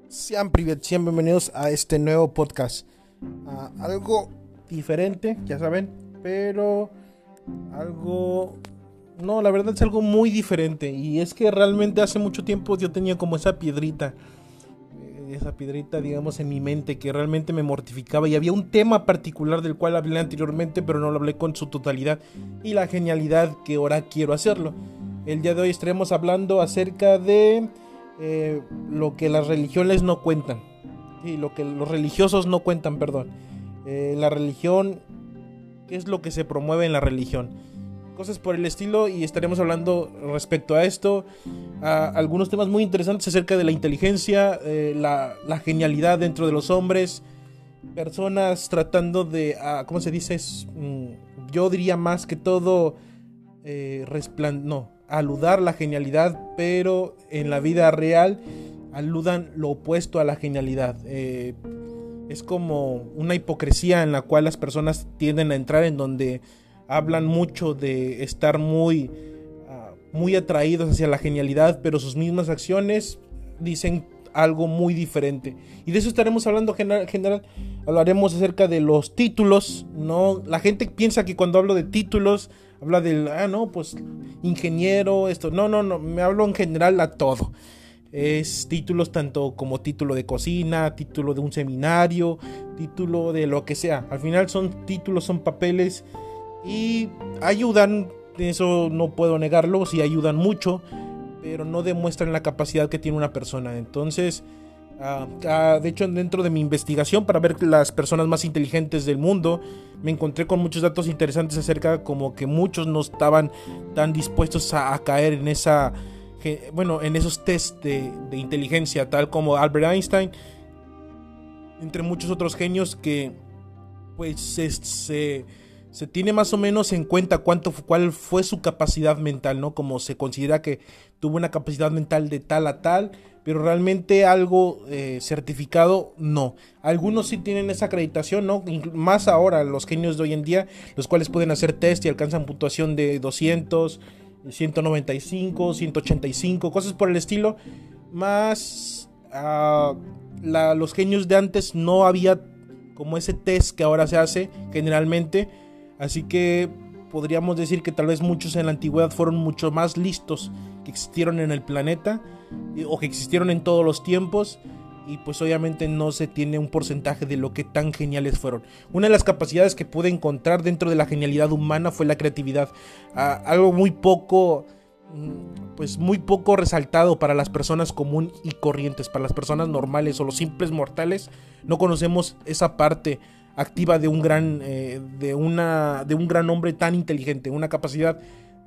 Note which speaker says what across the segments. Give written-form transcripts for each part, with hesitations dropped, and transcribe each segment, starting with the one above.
Speaker 1: Sean bienvenidos a este nuevo podcast. Algo diferente, ya saben, pero algo... No, la verdad es algo muy diferente. Y es que realmente hace mucho tiempo yo tenía como esa piedrita, digamos, en mi mente que realmente me mortificaba. Y había un tema particular del cual hablé anteriormente, pero no lo hablé con su totalidad. Y la genialidad que ahora quiero hacerlo. El día de hoy estaremos hablando acerca de lo que las religiones no cuentan. Sí, lo que los religiosos no cuentan, perdón. La religión, ¿qué es lo que se promueve en la religión? Cosas por el estilo, y estaremos hablando respecto a esto, algunos temas muy interesantes acerca de la inteligencia, la genialidad dentro de los hombres, personas tratando de, ¿cómo se dice? Yo diría más que todo, aludar la genialidad, pero en la vida real aludan lo opuesto a la genialidad. Es como una hipocresía en la cual las personas tienden a entrar, en donde hablan mucho de estar muy atraídos hacia la genialidad, pero sus mismas acciones dicen algo muy diferente. Y de eso estaremos hablando general. Hablaremos acerca de los títulos, ¿no? La gente piensa que cuando hablo de títulos habla del, no, pues ingeniero, esto. No, me hablo en general a todo. Es títulos tanto como título de cocina, título de un seminario, título de lo que sea. Al final son títulos, son papeles y ayudan, eso no puedo negarlo, sí ayudan mucho, pero no demuestran la capacidad que tiene una persona. Entonces, de hecho, dentro de mi investigación para ver las personas más inteligentes del mundo, me encontré con muchos datos interesantes acerca como que muchos no estaban tan dispuestos a caer en en esos test de inteligencia, tal como Albert Einstein, entre muchos otros genios que pues se tiene más o menos en cuenta cuál fue su capacidad mental, ¿no? Como se considera que tuvo una capacidad mental de tal a tal, pero realmente algo certificado, no. Algunos sí tienen esa acreditación, ¿no? Más ahora, los genios de hoy en día, los cuales pueden hacer test y alcanzan puntuación de 200, 195, 185, cosas por el estilo. Más los genios de antes no había como ese test que ahora se hace generalmente. Así que podríamos decir que tal vez muchos en la antigüedad fueron mucho más listos que existieron en el planeta, o que existieron en todos los tiempos, y pues obviamente no se tiene un porcentaje de lo que tan geniales fueron. Una de las capacidades que pude encontrar dentro de la genialidad humana fue la creatividad, algo muy poco resaltado para las personas comunes y corrientes. Para las personas normales o los simples mortales no conocemos esa parte activa de un gran hombre tan inteligente, una capacidad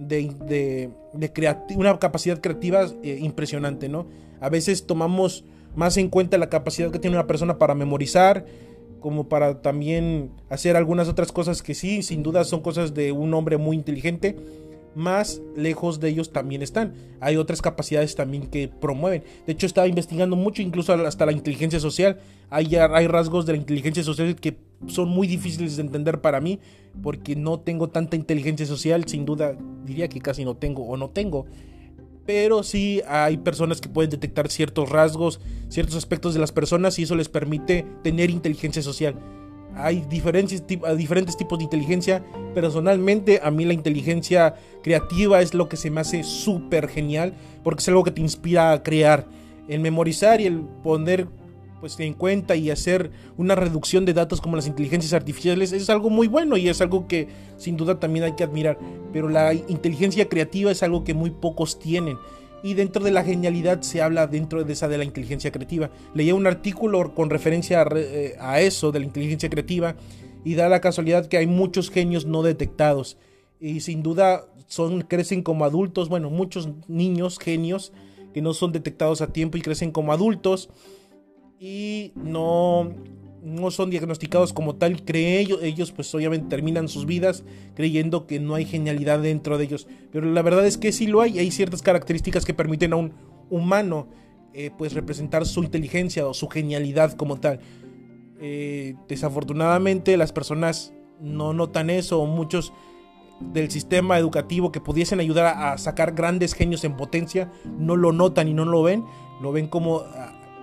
Speaker 1: una capacidad creativa impresionante, ¿no? A veces tomamos más en cuenta la capacidad que tiene una persona para memorizar, como para también hacer algunas otras cosas que sí, sin duda son cosas de un hombre muy inteligente. Más lejos de ellos también están. Hay otras capacidades también que promueven. De hecho, estaba investigando mucho, incluso hasta la inteligencia social. Hay rasgos de la inteligencia social que son muy difíciles de entender para mí, porque no tengo tanta inteligencia social. Sin duda, diría que casi no tengo o no tengo. Pero sí hay personas que pueden detectar ciertos rasgos, ciertos aspectos de las personas, y eso les permite tener inteligencia social. Hay diferentes tipos de inteligencia. Personalmente, a mí la inteligencia creativa es lo que se me hace súper genial, porque es algo que te inspira a crear. El memorizar y el poner pues en cuenta y hacer una reducción de datos como las inteligencias artificiales es algo muy bueno, y es algo que sin duda también hay que admirar. Pero la inteligencia creativa es algo que muy pocos tienen. Y dentro de la genialidad se habla dentro de esa de la inteligencia creativa. Leí un artículo con referencia a eso de la inteligencia creativa, y da la casualidad que hay muchos genios no detectados. Y sin duda crecen como adultos. Bueno, muchos niños genios que no son detectados a tiempo y crecen como adultos y no son diagnosticados como tal. Ellos pues obviamente terminan sus vidas creyendo que no hay genialidad dentro de ellos, pero la verdad es que sí lo hay. Hay ciertas características que permiten a un humano pues representar su inteligencia o su genialidad como tal. Desafortunadamente las personas no notan eso, o muchos del sistema educativo que pudiesen ayudar a sacar grandes genios en potencia no lo notan y no lo ven como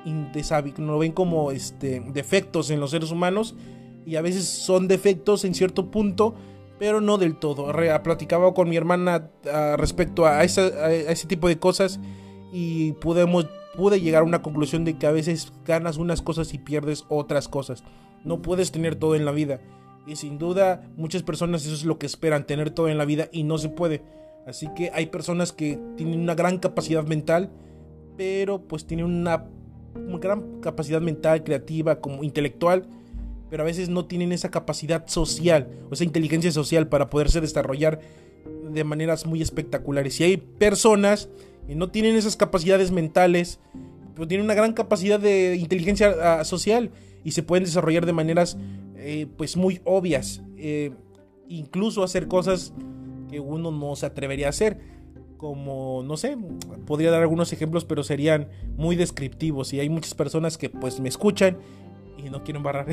Speaker 1: lo ven como defectos en los seres humanos, y a veces son defectos en cierto punto, pero no del todo. Platicaba con mi hermana respecto a ese tipo de cosas, y pude llegar a una conclusión de que a veces ganas unas cosas y pierdes otras cosas. No puedes tener todo en la vida, y sin duda muchas personas eso es lo que esperan, tener todo en la vida, y no se puede. Así que hay personas que tienen una gran capacidad mental, pero pues tienen una gran capacidad mental, creativa, como intelectual, pero a veces no tienen esa capacidad social, o esa inteligencia social para poderse desarrollar de maneras muy espectaculares. Y hay personas que no tienen esas capacidades mentales, pero tienen una gran capacidad de inteligencia social, y se pueden desarrollar de maneras pues muy obvias, incluso hacer cosas que uno no se atrevería a hacer, como, no sé, podría dar algunos ejemplos, pero serían muy descriptivos, y hay muchas personas que pues me escuchan y no quiero embarrar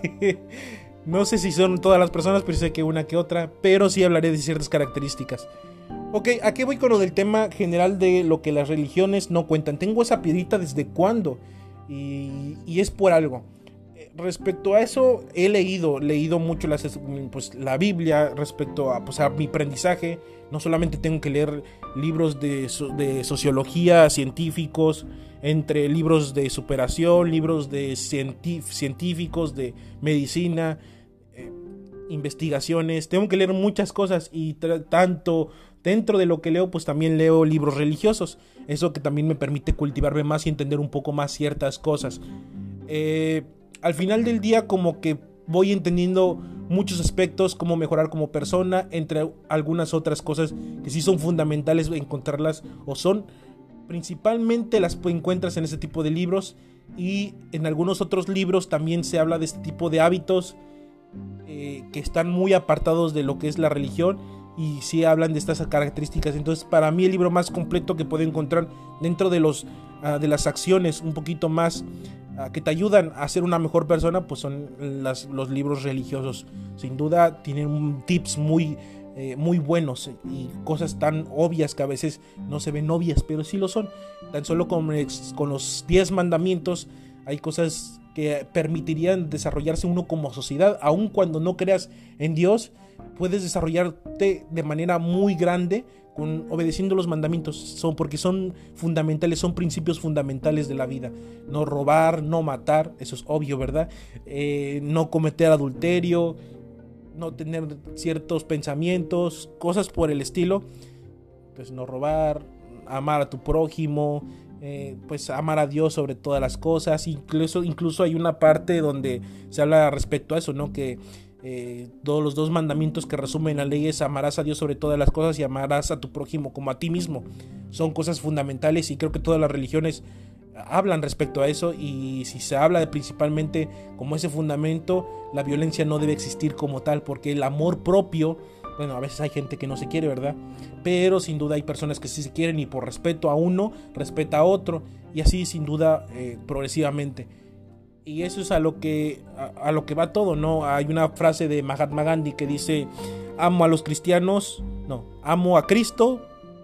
Speaker 1: no sé si son todas las personas, pero sé que una que otra, pero sí hablaré de ciertas características. Ok, ¿a qué voy con lo del tema general de lo que las religiones no cuentan? Tengo esa piedrita desde cuándo, y es por algo. Respecto a eso, he leído mucho la Biblia respecto a mi aprendizaje. No solamente tengo que leer libros de sociología, científicos, entre libros de superación, libros de científicos, de medicina, investigaciones. Tengo que leer muchas cosas, y tanto dentro de lo que leo, pues también leo libros religiosos. Eso que también me permite cultivarme más y entender un poco más ciertas cosas. Al final del día, como que voy entendiendo muchos aspectos, cómo mejorar como persona, entre algunas otras cosas que sí son fundamentales encontrarlas, o son principalmente las encuentras en ese tipo de libros, y en algunos otros libros también se habla de este tipo de hábitos que están muy apartados de lo que es la religión, y sí hablan de estas características. Entonces, para mí el libro más completo que puedo encontrar dentro de las acciones un poquito más que te ayudan a ser una mejor persona, pues son los libros religiosos. Sin duda tienen tips muy buenos, y cosas tan obvias que a veces no se ven obvias, pero sí lo son. Tan solo con los 10 mandamientos hay cosas que permitirían desarrollarse uno como sociedad. Aun cuando no creas en Dios, puedes desarrollarte de manera muy grande obedeciendo los mandamientos, porque son fundamentales, son principios fundamentales de la vida. No robar, no matar, eso es obvio, ¿verdad? No cometer adulterio, no tener ciertos pensamientos, cosas por el estilo. Pues no robar, amar a tu prójimo, pues amar a Dios sobre todas las cosas. Incluso hay una parte donde se habla respecto a eso, ¿no? Que todos los 2 mandamientos que resumen la ley es: amarás a Dios sobre todas las cosas y amarás a tu prójimo como a ti mismo. Son cosas fundamentales, y creo que todas las religiones hablan respecto a eso. Y si se habla principalmente como ese fundamento, la violencia no debe existir como tal, porque el amor propio, bueno, a veces hay gente que no se quiere, ¿verdad? Pero sin duda hay personas que sí se quieren, y por respeto a uno, respeta a otro, y así sin duda progresivamente. Y eso es a lo que va todo, ¿no? Hay una frase de Mahatma Gandhi que dice: amo a Cristo,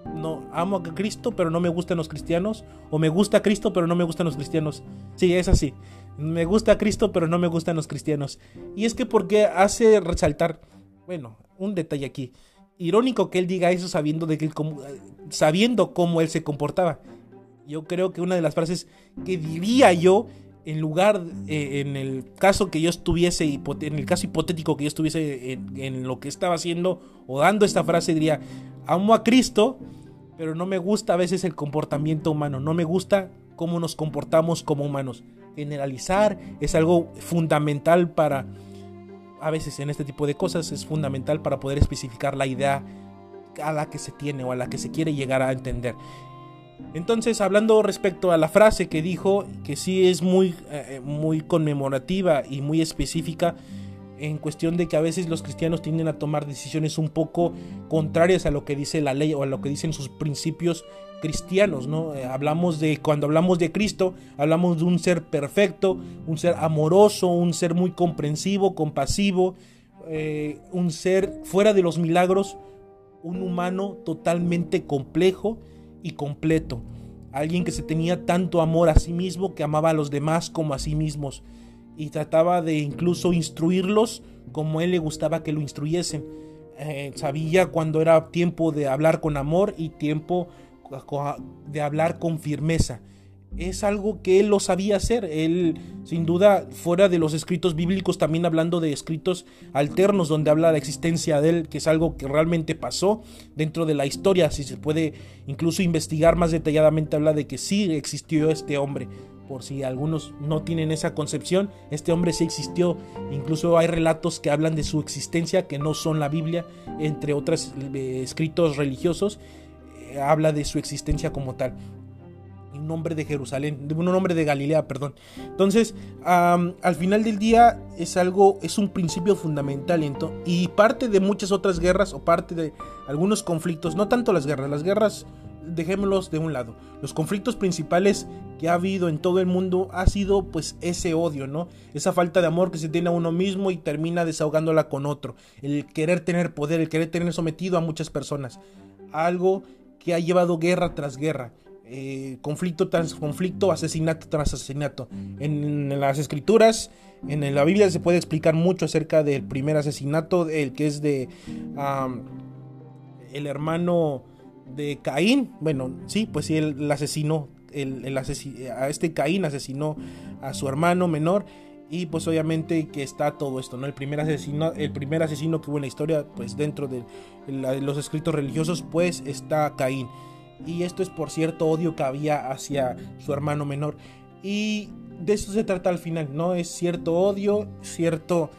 Speaker 1: pero no me gustan los cristianos, o me gusta Cristo, pero no me gustan los cristianos. Sí, es así. Me gusta Cristo, pero no me gustan los cristianos. Y es que porque hace resaltar, bueno, un detalle aquí. Irónico que él diga eso sabiendo cómo él se comportaba. Yo creo que una de las frases que diría yo, en el caso que yo estuviese, en el caso hipotético que yo estuviese en lo que estaba haciendo o dando esta frase, diría: amo a Cristo, pero no me gusta a veces el comportamiento humano, no me gusta cómo nos comportamos como humanos. Generalizar es algo fundamental a veces en este tipo de cosas es fundamental para poder especificar la idea a la que se tiene o a la que se quiere llegar a entender. Entonces, hablando respecto a la frase que dijo, que sí es muy conmemorativa y muy específica, en cuestión de que a veces los cristianos tienden a tomar decisiones un poco contrarias a lo que dice la ley o a lo que dicen sus principios cristianos, ¿no? Cuando hablamos de Cristo, hablamos de un ser perfecto, un ser amoroso, un ser muy comprensivo, compasivo, un ser fuera de los milagros, un humano totalmente complejo y completo. alguien que se tenía tanto amor a sí mismo que amaba a los demás como a sí mismos, y trataba de incluso instruirlos como él le gustaba que lo instruyesen. Sabía cuando era tiempo de hablar con amor y tiempo de hablar con firmeza. Es algo que él lo sabía hacer. Él, sin duda, fuera de los escritos bíblicos, también hablando de escritos alternos donde habla de la existencia de él, que es algo que realmente pasó dentro de la historia. Si se puede incluso investigar más detalladamente, habla de que sí existió este hombre. Por si algunos no tienen esa concepción, este hombre sí existió. Incluso hay relatos que hablan de su existencia que no son la Biblia, entre otros escritos religiosos. Habla de su existencia como tal. Un hombre de Jerusalén, un hombre de Galilea, perdón. Entonces, al final del día es un principio fundamental, y parte de muchas otras guerras, o parte de algunos conflictos, no tanto las guerras dejémoslos de un lado. Los conflictos principales que ha habido en todo el mundo ha sido pues ese odio, ¿no? Esa falta de amor que se tiene a uno mismo y termina desahogándola con otro. El querer tener poder, el querer tener sometido a muchas personas. Algo que ha llevado guerra tras guerra. Conflicto tras conflicto, asesinato tras asesinato. En las escrituras, en la Biblia se puede explicar mucho acerca del primer asesinato, el que es de el hermano de Caín. Bueno, sí, pues sí, él asesinó, a este Caín asesinó a su hermano menor. Y pues obviamente que está todo esto, ¿no? El primer asesino que hubo en la historia, pues dentro de los escritos religiosos, pues está Caín. Y esto es por cierto odio que había hacia su hermano menor. Y de eso se trata al final, ¿no? Es cierto odio, ciertos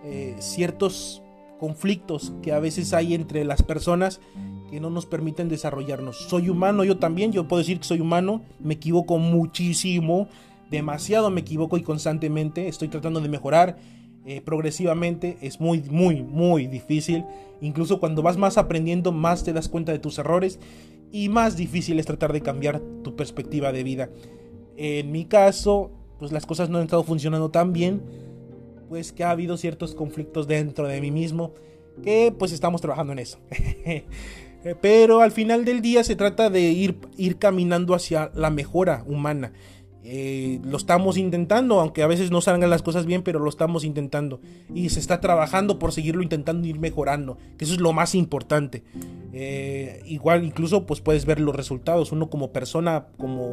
Speaker 1: conflictos que a veces hay entre las personas que no nos permiten desarrollarnos. Soy humano, yo puedo decir que soy humano, me equivoco muchísimo, demasiado me equivoco, y constantemente estoy tratando de mejorar. Progresivamente es muy, muy, muy difícil. Incluso cuando vas más aprendiendo, más te das cuenta de tus errores, y más difícil es tratar de cambiar tu perspectiva de vida. En mi caso, pues las cosas no han estado funcionando tan bien, pues que ha habido ciertos conflictos dentro de mí mismo, que pues estamos trabajando en eso. Pero al final del día se trata de ir caminando hacia la mejora humana. Lo estamos intentando, aunque a veces no salgan las cosas bien, pero lo estamos intentando, y se está trabajando por seguirlo intentando, ir mejorando, que eso es lo más importante. Incluso pues puedes ver los resultados. Uno como persona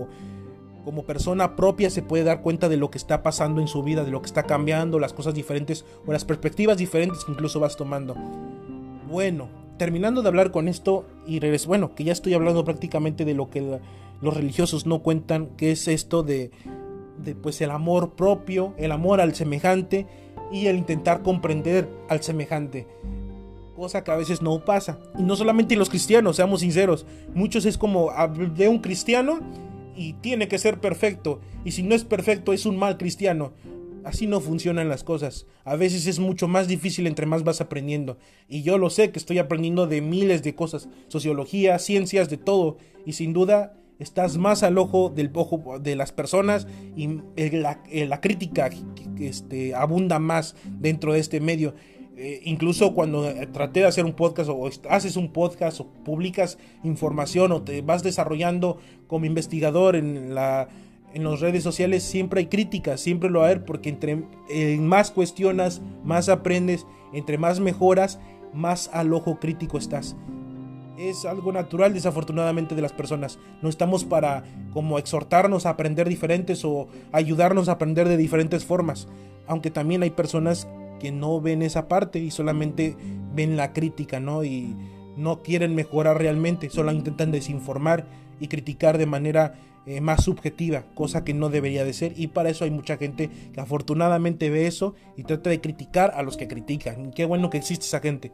Speaker 1: propia se puede dar cuenta de lo que está pasando en su vida, de lo que está cambiando, las cosas diferentes o las perspectivas diferentes que incluso vas tomando. Bueno, terminando de hablar con esto y regreso, bueno, que ya estoy hablando prácticamente de lo que los religiosos no cuentan, que es esto de pues el amor propio, el amor al semejante y el intentar comprender al semejante, cosa que a veces no pasa. Y no solamente los cristianos, seamos sinceros, muchos es como de un cristiano y tiene que ser perfecto, y si no es perfecto es un mal cristiano. Así no funcionan las cosas. A veces es mucho más difícil entre más vas aprendiendo. Y yo lo sé, que estoy aprendiendo de miles de cosas. Sociología, ciencias, de todo. Y sin duda estás más al ojo de las personas. Y la crítica abunda más dentro de este medio. Incluso cuando traté de hacer un podcast, o haces un podcast, o publicas información, o te vas desarrollando como investigador en las redes sociales, siempre hay críticas, siempre lo va a haber, porque entre más cuestionas, más aprendes, entre más mejoras, más al ojo crítico estás. Es algo natural, desafortunadamente, de las personas. No estamos para como exhortarnos a aprender diferentes o ayudarnos a aprender de diferentes formas, aunque también hay personas que no ven esa parte y solamente ven la crítica, ¿no? Y no quieren mejorar realmente, solo intentan desinformar y criticar de manera más subjetiva, cosa que no debería de ser. Y para eso hay mucha gente que afortunadamente ve eso y trata de criticar a los que critican. Qué bueno que existe esa gente.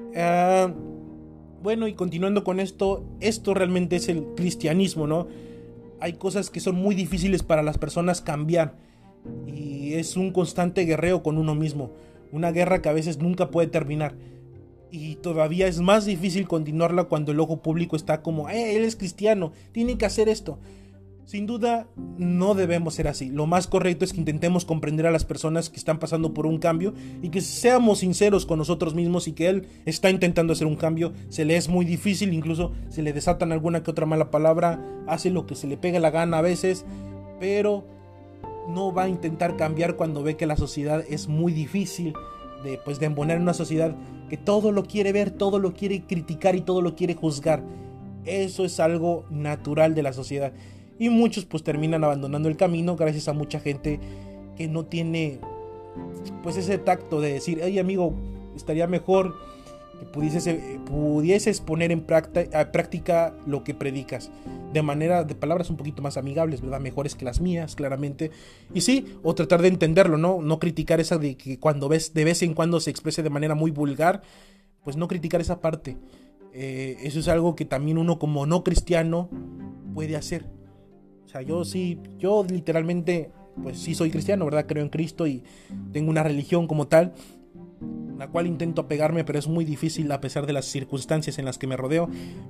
Speaker 1: Bueno, y continuando con esto realmente es el cristianismo, ¿no? Hay cosas que son muy difíciles para las personas cambiar, y es un constante guerreo con uno mismo, una guerra que a veces nunca puede terminar. Y todavía es más difícil continuarla cuando el ojo público está como, él es cristiano, tiene que hacer esto. Sin duda, no debemos ser así. Lo más correcto es que intentemos comprender a las personas que están pasando por un cambio y que seamos sinceros con nosotros mismos y que él está intentando hacer un cambio. Se le es muy difícil, incluso se le desatan alguna que otra mala palabra, hace lo que se le pega la gana a veces, pero no va a intentar cambiar cuando ve que la sociedad es muy difícil de imponer una sociedad que todo lo quiere ver, todo lo quiere criticar y todo lo quiere juzgar. Eso es algo natural de la sociedad. Y muchos pues terminan abandonando el camino gracias a mucha gente que no tiene pues ese tacto de decir, hey amigo, estaría mejor que pudieses poner en práctica lo que predicas de palabras un poquito más amigables, ¿verdad? Mejores que las mías, claramente. Y sí, o tratar de entenderlo, no criticar esa de que cuando ves de vez en cuando se exprese de manera muy vulgar, pues no criticar esa parte. Eso es algo que también uno como no cristiano puede hacer. O sea, yo literalmente, pues sí soy cristiano, ¿verdad? Creo en Cristo y tengo una religión como tal, la cual intento apegarme, pero es muy difícil a pesar de las circunstancias en las que me rodeo.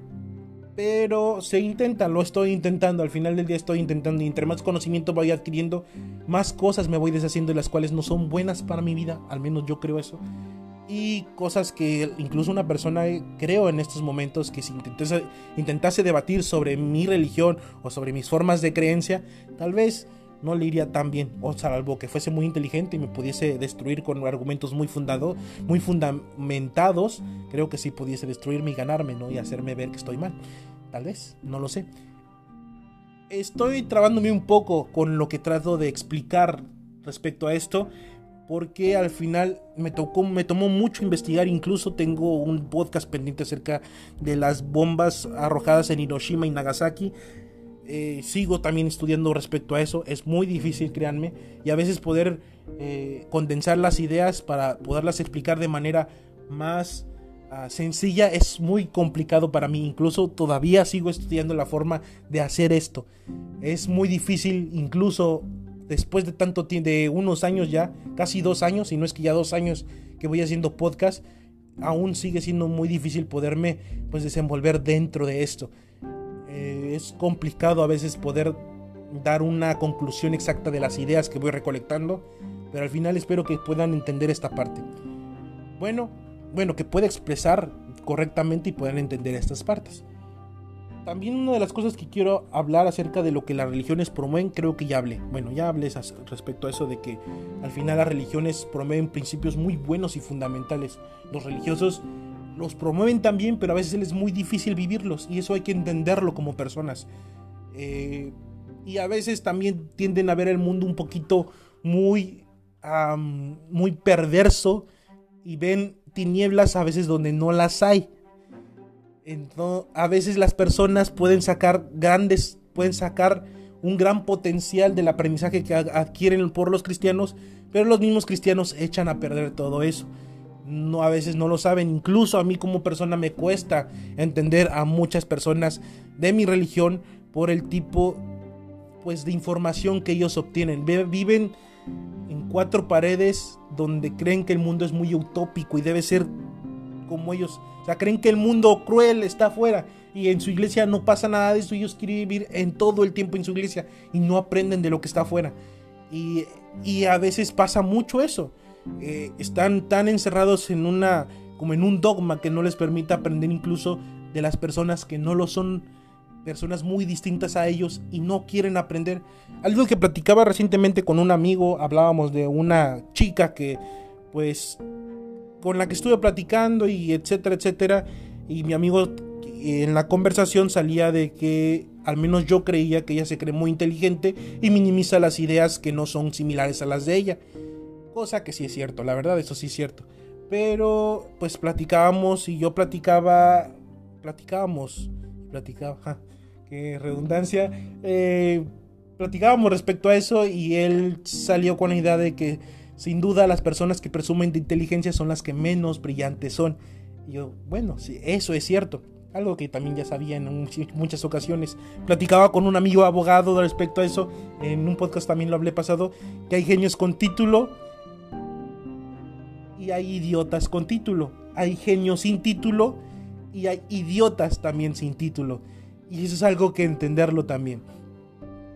Speaker 1: Pero se intenta, lo estoy intentando, al final del día estoy intentando, y entre más conocimiento voy adquiriendo, más cosas me voy deshaciendo de las cuales no son buenas para mi vida, al menos yo creo eso. Y cosas que incluso una persona, creo en estos momentos, que si intentase debatir sobre mi religión o sobre mis formas de creencia, tal vez no le iría tan bien, o salvo que fuese muy inteligente y me pudiese destruir con argumentos muy fundamentados. Creo que sí pudiese destruirme y ganarme, ¿no? Y hacerme ver que estoy mal, tal vez, no lo sé. Estoy trabándome un poco con lo que trato de explicar respecto a esto, porque al final me tomó mucho investigar. Incluso tengo un podcast pendiente acerca de las bombas arrojadas en Hiroshima y Nagasaki. Sigo también estudiando respecto a eso. Es muy difícil, créanme, y a veces poder condensar las ideas para poderlas explicar de manera más sencilla es muy complicado para mí. Incluso todavía sigo estudiando la forma de hacer esto. Es muy difícil, incluso después de tanto tiempo, de unos años ya, casi 2 años, y no es que ya 2 años que voy haciendo podcast, aún sigue siendo muy difícil poderme pues desenvolver dentro de esto. Es complicado a veces poder dar una conclusión exacta de las ideas que voy recolectando, pero al final espero que puedan entender esta parte. Bueno, que pueda expresar correctamente y puedan entender estas partes. También una de las cosas que quiero hablar acerca de lo que las religiones promueven, creo que ya hablé. Ya hablé respecto a eso de que al final las religiones promueven principios muy buenos y fundamentales. Los religiosos los promueven también, pero a veces es muy difícil vivirlos y eso hay que entenderlo como personas. Y a veces también tienden a ver el mundo un poquito muy perverso y ven tinieblas a veces donde no las hay. Entonces, a veces las personas pueden sacar un gran potencial del aprendizaje que adquieren por los cristianos, pero los mismos cristianos echan a perder todo eso. A veces no lo saben. Incluso a mí como persona me cuesta entender a muchas personas de mi religión por el tipo pues de información que ellos obtienen. Viven en 4 paredes donde creen que el mundo es muy utópico y debe ser como ellos. O sea, creen que el mundo cruel está afuera y en su iglesia no pasa nada de eso. Ellos quieren vivir en todo el tiempo en su iglesia y no aprenden de lo que está afuera. Y a veces pasa mucho eso. Están tan encerrados como en un dogma que no les permite aprender incluso de las personas que no lo son, personas muy distintas a ellos y no quieren aprender. Algo que platicaba recientemente con un amigo, hablábamos de una chica que pues con la que estuve platicando y etcétera, etcétera, y mi amigo en la conversación salía de que al menos yo creía que ella se cree muy inteligente y minimiza las ideas que no son similares a las de ella, cosa que sí es cierto, la verdad, eso sí es cierto. Pero pues platicábamos y yo platicaba, qué redundancia, platicábamos respecto a eso y él salió con la idea de que sin duda las personas que presumen de inteligencia son las que menos brillantes son. Y yo, bueno, sí, eso es cierto, algo que también ya sabía en muchas ocasiones. Platicaba con un amigo abogado respecto a eso, en un podcast también lo hablé pasado, que hay genios con título y hay idiotas con título. Hay genios sin título y hay idiotas también sin título. Y eso es algo que entenderlo también.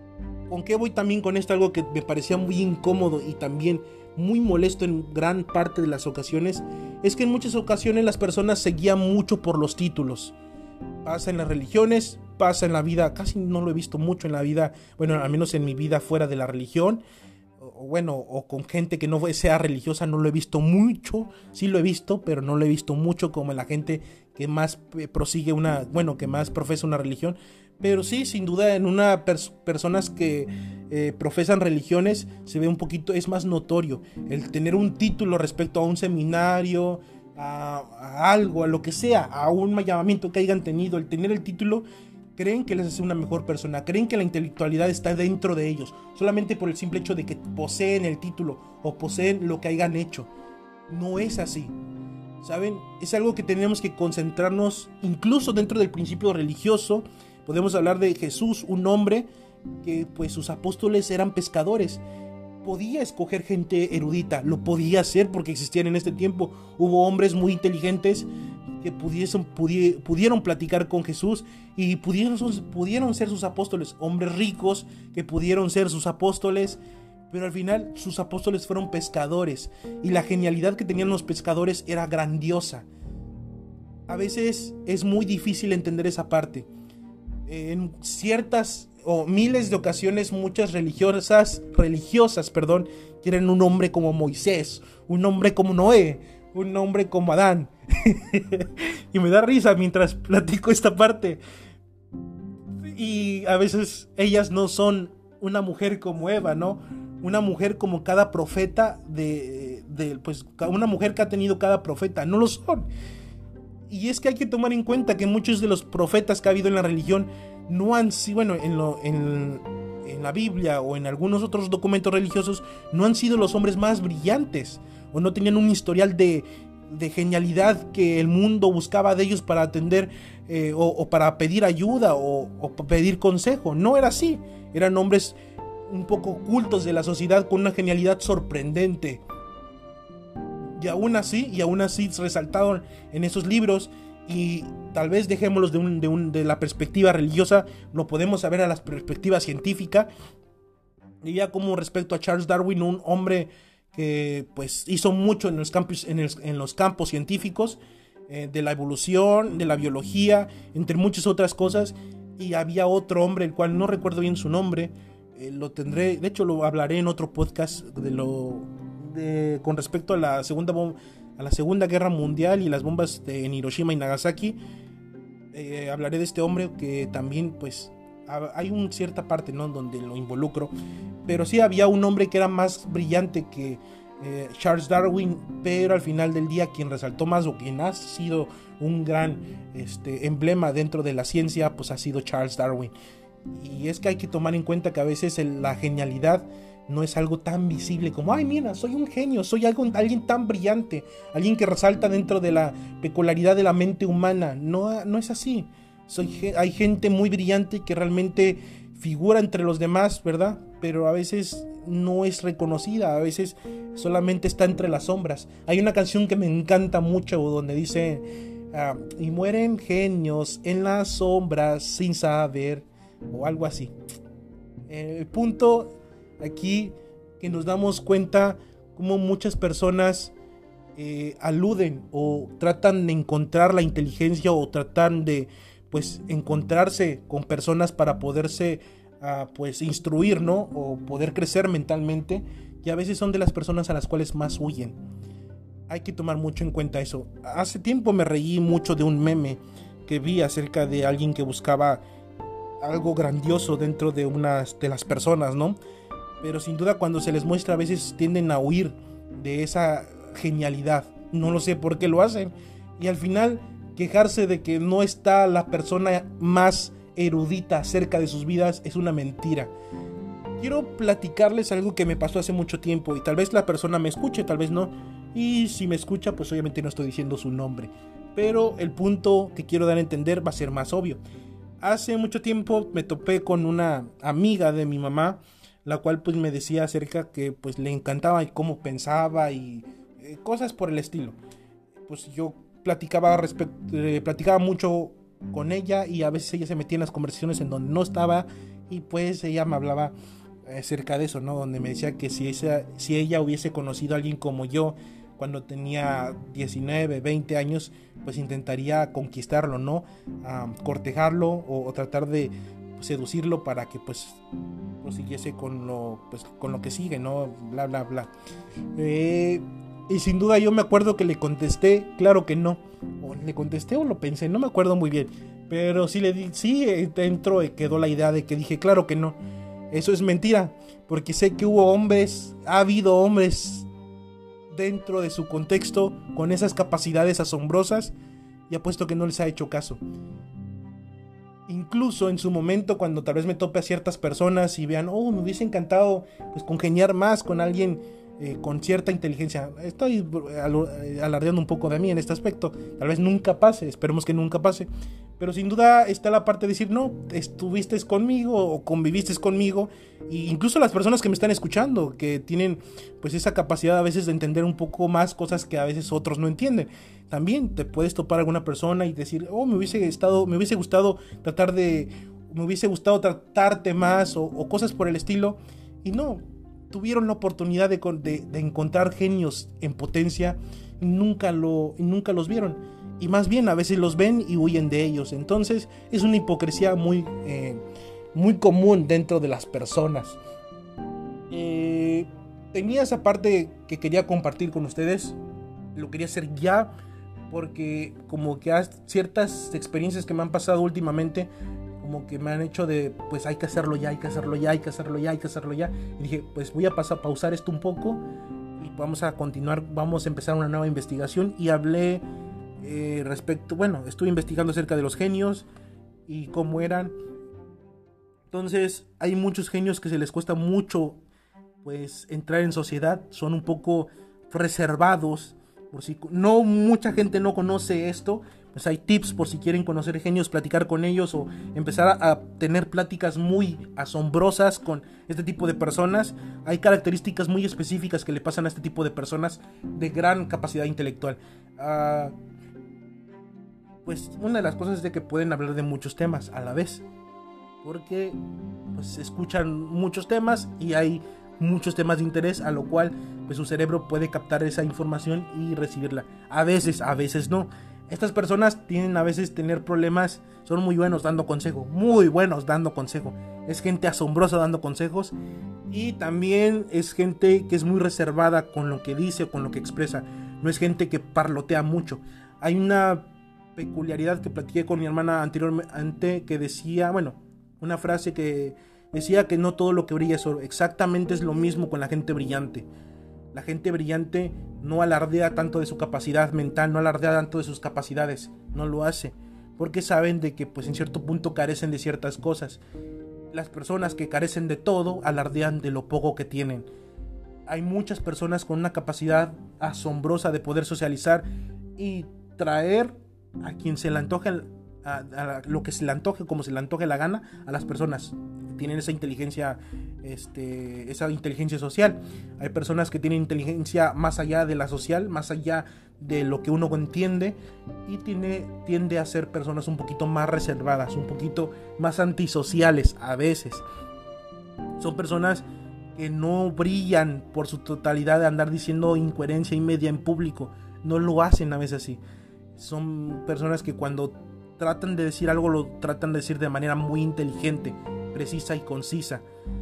Speaker 1: ¿Con qué voy también con esto? Algo que me parecía muy incómodo y también muy molesto en gran parte de las ocasiones, es que en muchas ocasiones las personas se guían mucho por los títulos. Pasa en las religiones, pasa en la vida, casi no lo he visto mucho en la vida, bueno, al menos en mi vida fuera de la religión, o con gente que no sea religiosa, no lo he visto mucho. Sí lo he visto, pero no lo he visto mucho como en la gente que más prosigue que más profesa una religión. Pero sí, sin duda, en personas que profesan religiones se ve un poquito, es más notorio el tener un título respecto a un seminario, a algo, a lo que sea, a un llamamiento que hayan tenido. El tener el título, creen que les hace una mejor persona, creen que la intelectualidad está dentro de ellos, solamente por el simple hecho de que poseen el título o poseen lo que hayan hecho. No es así, ¿saben? Es algo que tenemos que concentrarnos, incluso dentro del principio religioso. Podemos hablar de Jesús, un hombre que pues sus apóstoles eran pescadores. Podía escoger gente erudita, lo podía hacer porque existían en este tiempo. Hubo hombres muy inteligentes que pudieron platicar con Jesús y pudieron ser sus apóstoles. Hombres ricos que pudieron ser sus apóstoles, pero al final sus apóstoles fueron pescadores y la genialidad que tenían los pescadores era grandiosa. A veces es muy difícil entender esa parte. En ciertas o miles de ocasiones, muchas religiosas, quieren un hombre como Moisés, un hombre como Noé, un hombre como Adán. Y me da risa mientras platico esta parte. Y a veces ellas no son una mujer como Eva, ¿no? Una mujer como cada profeta pues una mujer que ha tenido cada profeta, no lo son. Y es que hay que tomar en cuenta que muchos de los profetas que ha habido en la religión no han sido, en la Biblia o en algunos otros documentos religiosos, no han sido los hombres más brillantes o no tenían un historial de genialidad que el mundo buscaba de ellos para atender o para pedir ayuda o pedir consejo. No era así. Eran hombres un poco ocultos de la sociedad con una genialidad sorprendente. Y aún así resaltaron en esos libros. Y tal vez dejémoslos de la perspectiva religiosa, lo podemos saber a la perspectiva científica. Y ya como respecto a Charles Darwin, un hombre que pues hizo mucho en los campos científicos, de la evolución, de la biología, entre muchas otras cosas. Y había otro hombre, el cual no recuerdo bien su nombre, lo tendré, de hecho lo hablaré en otro podcast con respecto a la Segunda Guerra Mundial y las bombas en Hiroshima y Nagasaki. Hablaré de este hombre que también pues hay una cierta parte, ¿no?, donde lo involucro, pero sí había un hombre que era más brillante que Charles Darwin, pero al final del día quien resaltó más o quien ha sido un gran emblema dentro de la ciencia pues ha sido Charles Darwin. Y es que hay que tomar en cuenta que a veces la genialidad no es algo tan visible como, ay, mira, soy un genio, soy alguien tan brillante, alguien que resalta dentro de la peculiaridad de la mente humana. No es así. Hay gente muy brillante que realmente figura entre los demás, ¿verdad? Pero a veces no es reconocida, a veces solamente está entre las sombras. Hay una canción que me encanta mucho donde dice, y mueren genios en las sombras sin saber, o algo así. El punto aquí que nos damos cuenta como muchas personas aluden o tratan de encontrar la inteligencia o tratan de pues encontrarse con personas para poderse pues instruir, ¿no?, o poder crecer mentalmente, y a veces son de las personas a las cuales más huyen. Hay que tomar mucho en cuenta eso. Hace tiempo me reí mucho de un meme que vi acerca de alguien que buscaba algo grandioso dentro de de las personas, ¿no? Pero sin duda cuando se les muestra a veces tienden a huir de esa genialidad. No lo sé por qué lo hacen. Y al final quejarse de que no está la persona más erudita cerca de sus vidas es una mentira. Quiero platicarles algo que me pasó hace mucho tiempo y tal vez la persona me escuche, tal vez no. Y si me escucha, pues obviamente no estoy diciendo su nombre. Pero el punto que quiero dar a entender va a ser más obvio. Hace mucho tiempo me topé con una amiga de mi mamá, la cual pues me decía acerca que pues le encantaba y cómo pensaba y cosas por el estilo. Pues yo platicaba mucho con ella y a veces ella se metía en las conversaciones en donde no estaba y pues ella me hablaba acerca de eso, ¿no? Donde me decía que si ella hubiese conocido a alguien como yo cuando tenía 19, 20 años, pues intentaría conquistarlo, ¿no? Cortejarlo o tratar de seducirlo para que pues prosiguiese con lo que sigue, ¿no? Bla, bla, bla. Y sin duda yo me acuerdo que le contesté, claro que no. O le contesté o lo pensé, no me acuerdo muy bien. Pero sí dentro quedó la idea de que dije, claro que no. Eso es mentira, porque sé que ha habido hombres dentro de su contexto con esas capacidades asombrosas y apuesto que no les ha hecho caso. Incluso en su momento, cuando tal vez me tope a ciertas personas y vean, me hubiese encantado pues congeniar más con alguien con cierta inteligencia. Estoy alardeando un poco de mí en este aspecto. Tal vez nunca pase, esperemos que nunca pase. Pero sin duda está la parte de decir, no, estuviste conmigo o conviviste conmigo. E incluso las personas que me están escuchando, que tienen pues esa capacidad a veces de entender un poco más cosas que a veces otros no entienden. También te puedes topar a alguna persona y decir, me hubiese gustado tratarte más o cosas por el estilo. Y no, tuvieron la oportunidad de encontrar genios en potencia y nunca los vieron. Y más bien a veces los ven y huyen de ellos. Entonces es una hipocresía muy común dentro de las personas. Tenía esa parte que quería compartir con ustedes. Lo quería hacer ya porque como que ciertas experiencias que me han pasado últimamente como que me han hecho de pues hay que hacerlo ya. Y dije pues voy a pausar esto un poco y vamos a continuar, vamos a empezar una nueva investigación. Y hablé estuve investigando acerca de los genios y cómo eran. Entonces hay muchos genios que se les cuesta mucho pues entrar en sociedad, son un poco reservados. Por si no mucha gente no conoce esto, pues hay tips por si quieren conocer genios, platicar con ellos o empezar a tener pláticas muy asombrosas con este tipo de personas. Hay características muy específicas que le pasan a este tipo de personas de gran capacidad intelectual. Pues una de las cosas es de que pueden hablar de muchos temas a la vez, porque pues escuchan muchos temas y hay muchos temas de interés, a lo cual pues su cerebro puede captar esa información y recibirla. A veces no. Estas personas tienen a veces tener problemas, son muy buenos dando consejo, es gente asombrosa dando consejos y también es gente que es muy reservada con lo que dice o con lo que expresa, no es gente que parlotea mucho. Hay una peculiaridad que platiqué con mi hermana anteriormente que decía, una frase que decía que no todo lo que brilla es oro. Exactamente es lo mismo con la gente brillante. La gente brillante no alardea tanto de su capacidad mental, no alardea tanto de sus capacidades, no lo hace, porque saben de que pues en cierto punto carecen de ciertas cosas. Las personas que carecen de todo alardean de lo poco que tienen. Hay muchas personas con una capacidad asombrosa de poder socializar y traer a quien se le antoje, a lo que se le antoje, como se le antoje la gana, a las personas. Tienen esa inteligencia social. Hay personas que tienen inteligencia más allá de la social, más allá de lo que uno entiende, y tiende a ser personas un poquito más reservadas, un poquito más antisociales a veces. Son personas que no brillan por su totalidad de andar diciendo incoherencia y media en público, no lo hacen a veces así. Son personas que cuando tratan de decir algo lo tratan de decir de manera muy inteligente, precisa y concisa.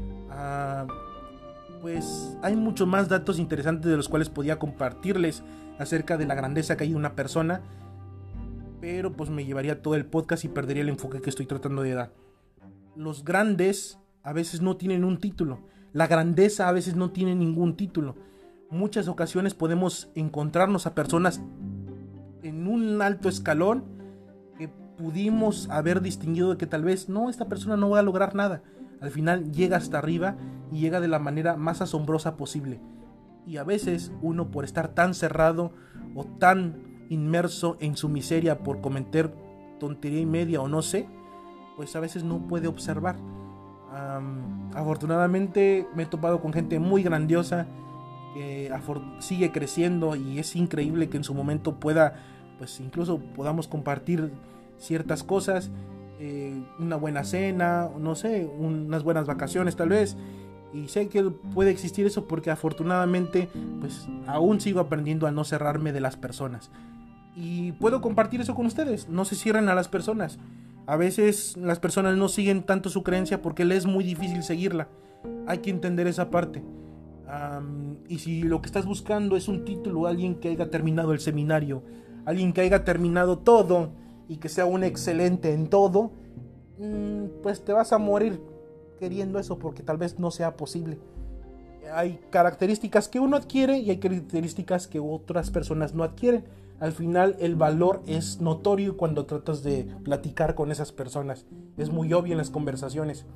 Speaker 1: Pues hay muchos más datos interesantes de los cuales podía compartirles acerca de la grandeza que hay de una persona, pero pues me llevaría todo el podcast y perdería el enfoque que estoy tratando de dar. Los grandes a veces no tienen un título, la grandeza a veces no tiene ningún título. Muchas ocasiones podemos encontrarnos a personas en un alto escalón que pudimos haber distinguido de que tal vez esta persona no va a lograr nada. Al final llega hasta arriba y llega de la manera más asombrosa posible. Y a veces uno, por estar tan cerrado o tan inmerso en su miseria por cometer tontería y media o no sé, pues a veces no puede observar. Afortunadamente me he topado con gente muy grandiosa que sigue creciendo y es increíble que en su momento pueda, pues incluso podamos compartir ciertas cosas, una buena cena, no sé, unas buenas vacaciones tal vez. Y sé que puede existir eso porque afortunadamente pues aún sigo aprendiendo a no cerrarme de las personas. Y puedo compartir eso con ustedes. No se cierren a las personas. A veces las personas no siguen tanto su creencia porque les es muy difícil seguirla. Hay que entender esa parte. Y si lo que estás buscando es un título, alguien que haya terminado el seminario, alguien que haya terminado todo y que sea un excelente en todo, pues te vas a morir queriendo eso porque tal vez no sea posible. Hay características que uno adquiere y hay características que otras personas no adquieren. Al final el valor es notorio cuando tratas de platicar con esas personas. Es muy obvio en las conversaciones.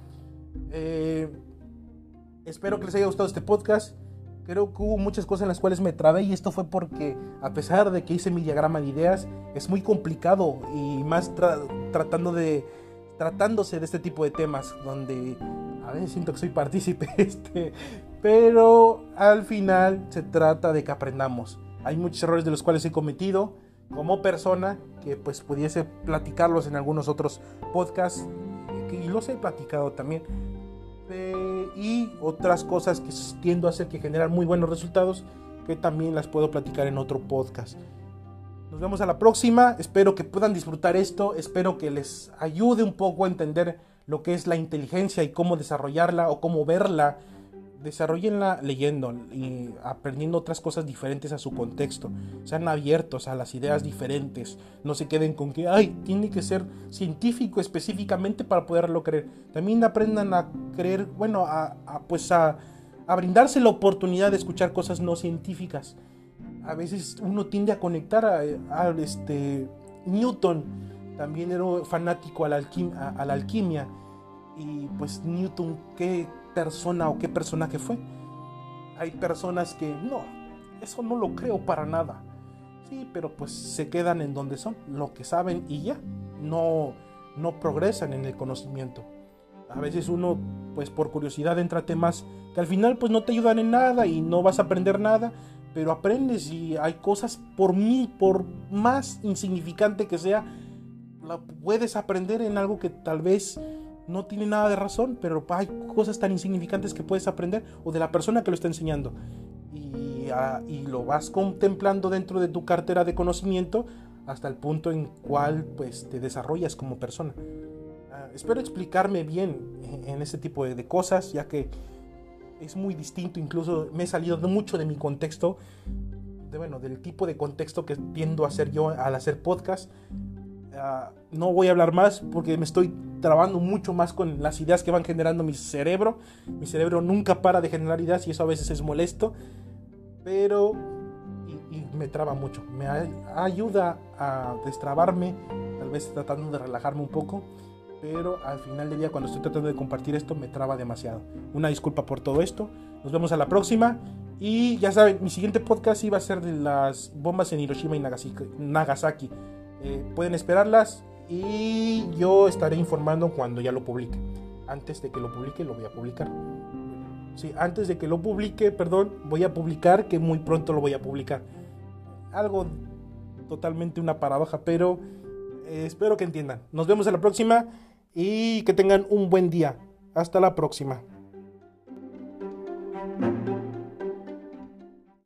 Speaker 1: Espero que les haya gustado este podcast. Creo que hubo muchas cosas en las cuales me trabé y esto fue porque a pesar de que hice mi diagrama de ideas, es muy complicado y más tratándose de este tipo de temas donde a veces siento que soy partícipe, pero al final se trata de que aprendamos. Hay muchos errores de los cuales he cometido como persona que pues pudiese platicarlos en algunos otros podcasts y los he platicado también. Y otras cosas que tiendo a hacer que generan muy buenos resultados que también las puedo platicar en otro podcast. Nos vemos a la próxima. Espero que puedan disfrutar esto. Espero que les ayude un poco a entender lo que es la inteligencia y cómo desarrollarla o cómo verla. Desarrollenla leyendo y aprendiendo otras cosas diferentes a su contexto. Sean abiertos a las ideas diferentes. No se queden con que tiene que ser científico específicamente para poderlo creer. También aprendan a creer, a brindarse la oportunidad de escuchar cosas no científicas. A veces uno tiende a conectar a Newton. También era fanático a la alquimia. Y pues Newton, ¿qué persona o qué personaje fue? Hay personas que no, eso no lo creo para nada. Sí, pero pues se quedan en donde son, lo que saben y ya. No progresan en el conocimiento. A veces uno, pues por curiosidad entra a temas que al final pues no te ayudan en nada y no vas a aprender nada, pero aprendes y hay cosas por más insignificante que sea, la puedes aprender en algo que tal vez no tiene nada de razón, pero hay cosas tan insignificantes que puedes aprender o de la persona que lo está enseñando y lo vas contemplando dentro de tu cartera de conocimiento hasta el punto en cual pues te desarrollas como persona. Espero explicarme bien en este tipo de cosas, ya que es muy distinto. Incluso me he salido mucho de mi contexto, del tipo de contexto que tiendo a hacer yo al hacer podcast. No voy a hablar más porque me estoy trabando mucho más con las ideas que van generando mi cerebro. Mi cerebro nunca para de generar ideas y eso a veces es molesto, pero y me traba mucho. Me ayuda a destrabarme, tal vez tratando de relajarme un poco, pero al final del día cuando estoy tratando de compartir esto me traba demasiado. Una disculpa por todo esto. Nos vemos a la próxima. Y ya saben, mi siguiente podcast iba a ser de las bombas en Hiroshima y Nagasaki. Pueden esperarlas y yo estaré informando cuando ya lo publique. Antes de que lo publique lo voy a publicar. Sí, antes de que lo publique, voy a publicar que muy pronto lo voy a publicar. Algo totalmente una paradoja, pero espero que entiendan. Nos vemos en la próxima y que tengan un buen día. Hasta la próxima.